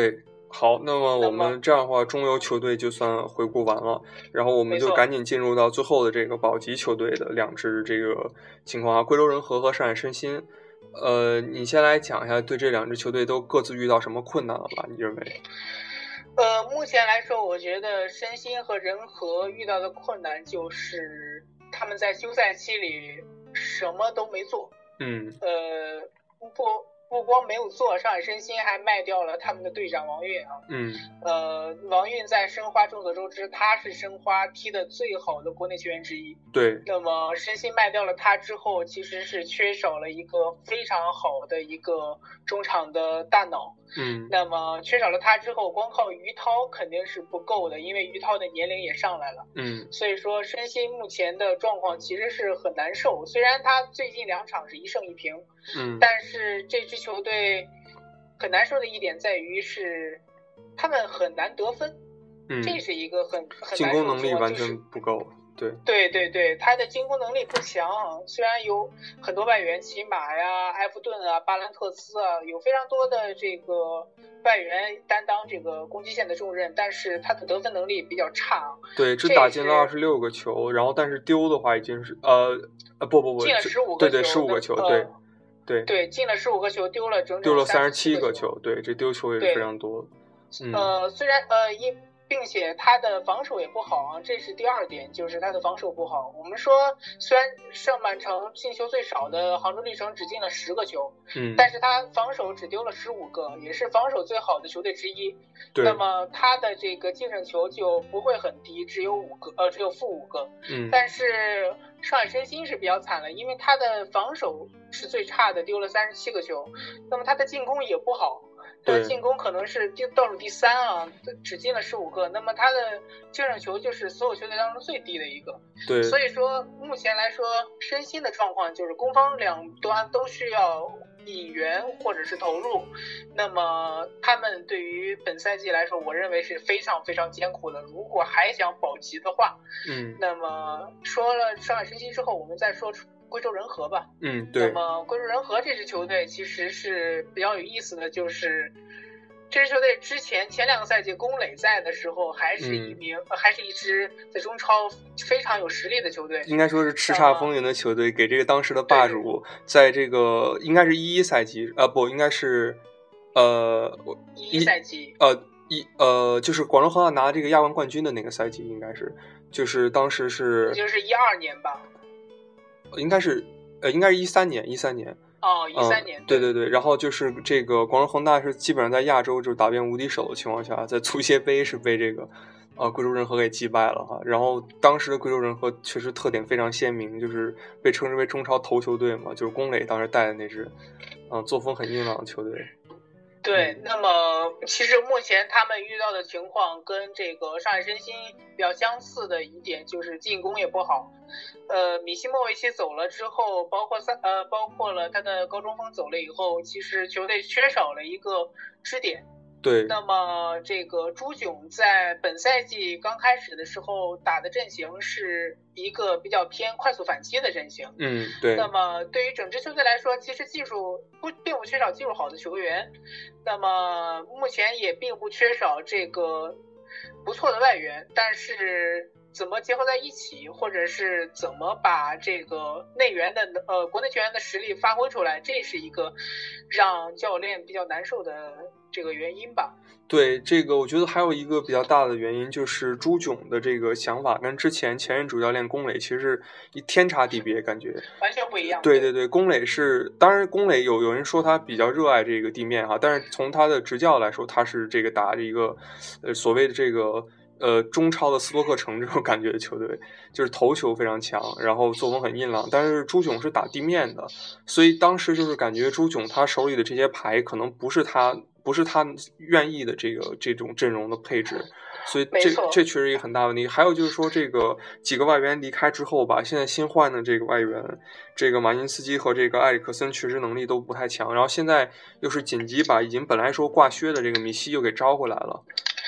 好，那么我们这样的话，中游球队就算回顾完了，然后我们就赶紧进入到最后的这个保级球队的两支这个情况啊，贵州人和和上海申鑫。呃，你先来讲一下对这两支球队都各自遇到什么困难了吧？你认为？ 呃，目前来说，我觉得申鑫和人和遇到的困难就是他们在休赛期里什么都没做。 嗯。 呃，不。不光没有做，上海申鑫还卖掉了他们的队长王运啊。 嗯。 呃，王运在申花众所周知，他是申花踢的最好的国内球员之一。 对。 那么申鑫卖掉了他之后，其实是缺少了一个非常好的一个中场的大脑。 嗯。 那么缺少了他之后，光靠于涛肯定是不够的，因为于涛的年龄也上来了。 嗯。 所以说申鑫目前的状况其实是很难受，虽然他最近两场是一胜一平。 嗯。 但是这支球队很难受的一点在于是他们很难得分。 嗯。 这是一个很很进攻能力完全不够。对对对对，他的进攻能力不强，虽然有很多外援，骑马呀、埃弗顿啊、巴兰特斯啊，有非常多的这个外援担当这个攻击线的重任，但是他的得分能力比较差。 对，只打进了二十六个球，然后但是丢的话已经是呃呃不不不进了十五个球， 对对十五个球，对对对进了十五个球，丢了整整丢了三十七个球，对，这丢球也是非常多。 嗯、呃，虽然呃一。并且他的防守也不好啊，这是第二点，就是他的防守不好。我们说，虽然上半程进球最少的杭州绿城只进了十个球， 嗯， 但是他防守只丢了十五个，也是防守最好的球队之一。 对， 那么他的这个净胜球就不会很低，只有五个，呃，只有负五个。 嗯， 但是上海申鑫是比较惨了，因为他的防守是最差的，丢了三十七个球，那么他的进攻也不好。的进攻可能是倒数第三啊，只进了十五个，那么他的净胜球就是所有球队当中最低的一个。 对， 所以说目前来说，申鑫的状况就是攻方两端都需要引援或者是投入，那么他们对于本赛季来说，我认为是非常非常艰苦的。如果还想保级的话， 嗯， 那么说了上海申鑫之后，我们再说出贵州人和吧。 嗯，对。 那么贵州人和这支球队其实是比较有意思的，就是这支球队之前前两个赛季龚磊在的时候，还是一名、嗯、还是一支在中超非常有实力的球队， 应该说是叱咤风云的球队，给这个当时的霸主，在这个应该是一一赛季啊，不应该是呃一一赛季呃一呃就是广州恒大拿这个亚冠冠军的那个赛季，应该是就是当时是就是一二年吧。 应该是，呃，应该是一三年，一三年。 哦，一三年、 嗯。对对对，然后就是这个广州恒大是基本上在亚洲就打遍无敌手的情况下，在足协杯是被这个，呃，贵州人和给击败了哈。然后当时的贵州人和确实特点非常鲜明，就是被称之为中超头球队嘛，就是龚磊当时带的那支，嗯、呃，作风很硬朗的球队。 对，那么其实目前他们遇到的情况跟这个上海申鑫比较相似的一点就是进攻也不好。呃，米西莫维奇走了之后，包括三呃，包括了他的高中锋走了以后，其实球队缺少了一个支点。 对。 那么这个朱炯在本赛季刚开始的时候打的阵型是一个比较偏快速反击的阵型。 嗯，对。 那么对于整支球队来说，其实技术不并不缺少技术好的球员，那么目前也并不缺少这个不错的外援，但是怎么结合在一起，或者是怎么把这个内援的呃国内球员的实力发挥出来，这是一个让教练比较难受的这个原因吧。 对，这个我觉得还有一个比较大的原因就是朱炯的这个想法跟之前前任主教练龚磊其实是一天差地别，感觉完全不一样。 对对对，龚磊是，当然龚磊有有人说他比较热爱这个地面哈，但是从他的执教来说，他是这个打着一个呃所谓的这个呃中超的斯托克城这种感觉的球队，就是头球非常强，然后作风很硬朗，但是朱炯是打地面的，所以当时就是感觉朱炯他手里的这些牌可能不是他不是他愿意的这个这种阵容的配置，所以这这确实一个很大问题。还有就是说，这个几个外援离开之后吧，现在新换的这个外援，这个马因斯基和这个埃里克森确实能力都不太强，然后现在又是紧急把已经本来说挂靴的这个米西又给招回来了。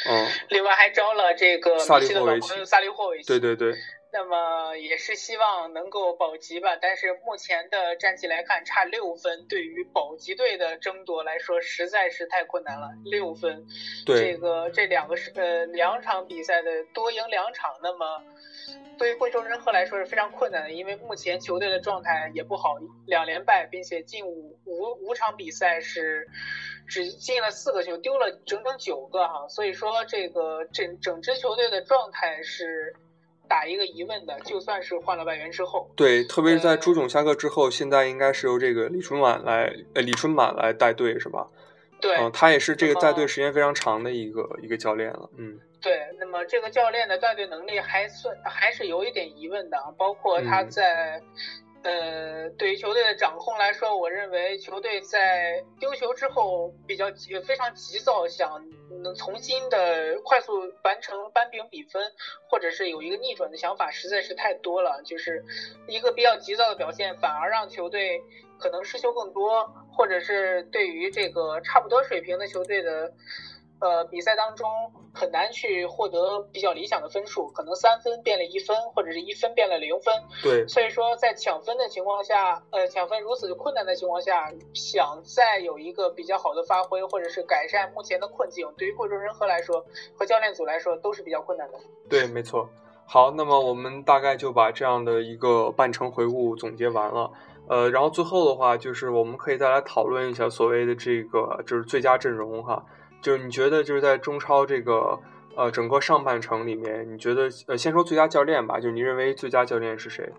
嗯， 另外还招了这个梅西的老朋友萨利霍维奇， 对对对。 那么也是希望能够保级吧，但是目前的战绩来看，差六分，对于保级队的争夺来说实在是太困难了。六分， 对， 这个这两个是呃两场比赛的多赢两场，那么对于贵州人和来说是非常困难的，因为目前球队的状态也不好，两连败，并且近五五五场比赛是只进了四个球，丢了整整九个哈，所以说这个整整支球队的状态是打一个疑问的，就算是换了外援之后， 对，特别是在朱总下课之后，呃、现在应该是由这个李春满来，呃，李春满来带队是吧？ 对， 嗯、呃，他也是这个带队时间非常长的一个一个教练了，嗯， 对，那么这个教练的带队能力还算还是有一点疑问的，包括他在。嗯呃，对于球队的掌控来说，我认为球队在丢球之后比较急，非常急躁，想能重新的快速完成扳平比分，或者是有一个逆转的想法，实在是太多了。就是一个比较急躁的表现，反而让球队可能失球更多，或者是对于这个差不多水平的球队的。呃，比赛当中很难去获得比较理想的分数，可能三分变了一分，或者是一分变了零分。 对， 所以说在抢分的情况下，呃，抢分如此困难的情况下，想再有一个比较好的发挥，或者是改善目前的困境，对于贵州人和来说和教练组来说都是比较困难的。 对，没错。好，那么我们大概就把这样的一个半程回顾总结完了。呃，然后最后的话，就是我们可以再来讨论一下所谓的这个就是最佳阵容哈。就是你觉得就是在中超这个呃整个上半程里面，你觉得呃先说最佳教练吧，就是你认为最佳教练是谁？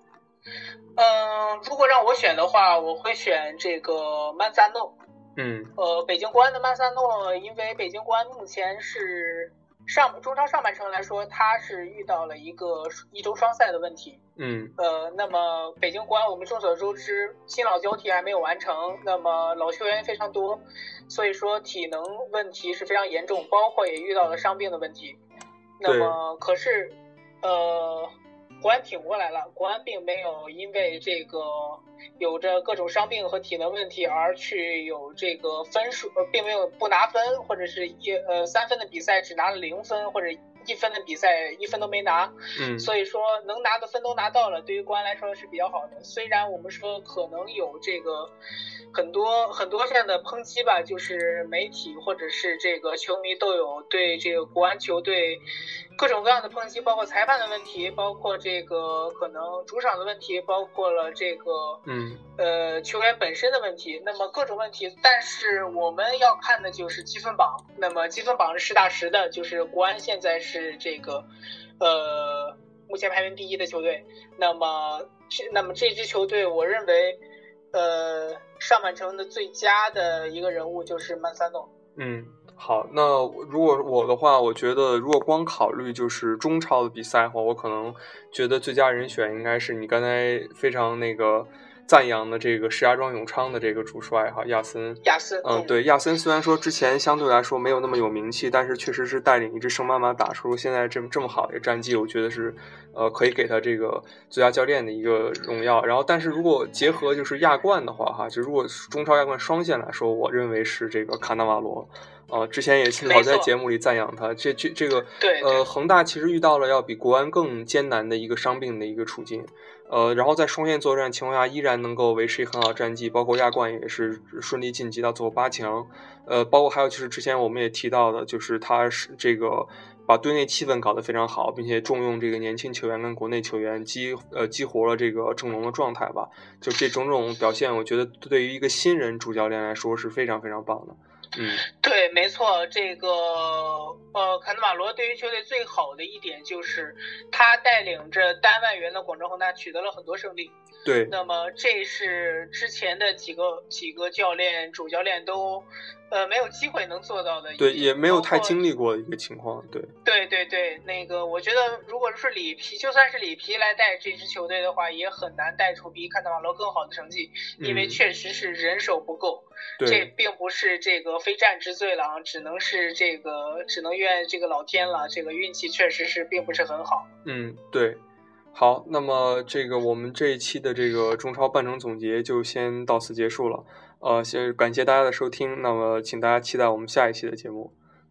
嗯，如果让我选的话，我会选这个曼萨诺。 嗯， 呃，北京国安的曼萨诺，因为北京国安目前是上中超上半程来说，他是遇到了一个一周双赛的问题。 嗯， 呃，那么北京国安我们众所周知，新老交替还没有完成，那么老球员非常多，所以说体能问题是非常严重，包括也遇到了伤病的问题。那么可是，呃，国安挺过来了，国安并没有因为这个有着各种伤病和体能问题而去有这个分数，呃，并没有不拿分，或者是一呃三分的比赛只拿了零分，或者一分的比赛一分都没拿。 嗯， 所以说能拿的分都拿到了，对于国安来说是比较好的。虽然我们说可能有这个很多很多这样的抨击吧，就是媒体或者是这个球迷都有对这个国安球队各种各样的抨击，包括裁判的问题，包括这个可能主场的问题，包括了这个嗯呃球员本身的问题，那么各种问题。但是我们要看的就是积分榜，那么积分榜是实打实的，就是国安现在是这个呃目前排名第一的球队。那么那么这支球队，我认为呃上半程的最佳的一个人物就是曼萨诺。 嗯。好，那如果我的话，我觉得如果光考虑就是中超的比赛的话，我可能觉得最佳人选应该是你刚才非常那个赞扬的这个石家庄永昌的这个主帅哈亚森。 亚森， 嗯，对，亚森虽然说之前相对来说没有那么有名气，但是确实是带领一支圣妈妈打出现在这么这么好的一个战绩，我觉得是呃可以给他这个最佳教练的一个荣耀。然后，但是如果结合就是亚冠的话哈，就如果中超亚冠双线来说，我认为是这个卡纳瓦罗。呃，之前也幸好在节目里赞扬他，这这这个对呃，恒大其实遇到了要比国安更艰难的一个伤病的一个处境，呃，然后在双线作战情况下依然能够维持一个很好的战绩，包括亚冠也是顺利晋级到最后八强，呃，包括还有就是之前我们也提到的，就是他是这个把队内气氛搞得非常好，并且重用这个年轻球员跟国内球员，激呃激活了这个阵容的状态吧，就这种种表现，我觉得对于一个新人主教练来说是非常非常棒的。嗯， 对，没错，这个呃，坎德马罗对于球队最好的一点就是他带领着单外援的广州恒大取得了很多胜利。 对， 那么这是之前的几个几个教练主教练都呃没有机会能做到的， 对，也没有太经历过的一个情况。对， 对对对，那个我觉得如果是里皮，就算是里皮来带这支球队的话，也很难带出比坎德马罗更好的成绩，因为确实是人手不够。 嗯、 这并不是这个非战之罪了啊，只能是这个只能怨这个老天了，这个运气确实是并不是很好。 嗯，对。好，那么这个我们这一期的这个中超半程总结就先到此结束了。呃，先感谢大家的收听，那么请大家期待我们下一期的节目。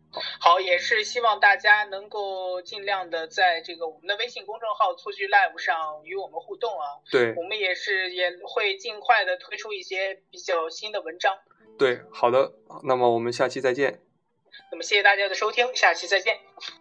好，也是希望大家能够尽量的在这个我们的微信公众号蹴鞠 Live 上与我们互动啊。 对， 我们也是也会尽快的推出一些比较新的文章。 对，好的，那么我们下期再见。 那么谢谢大家的收听，下期再见。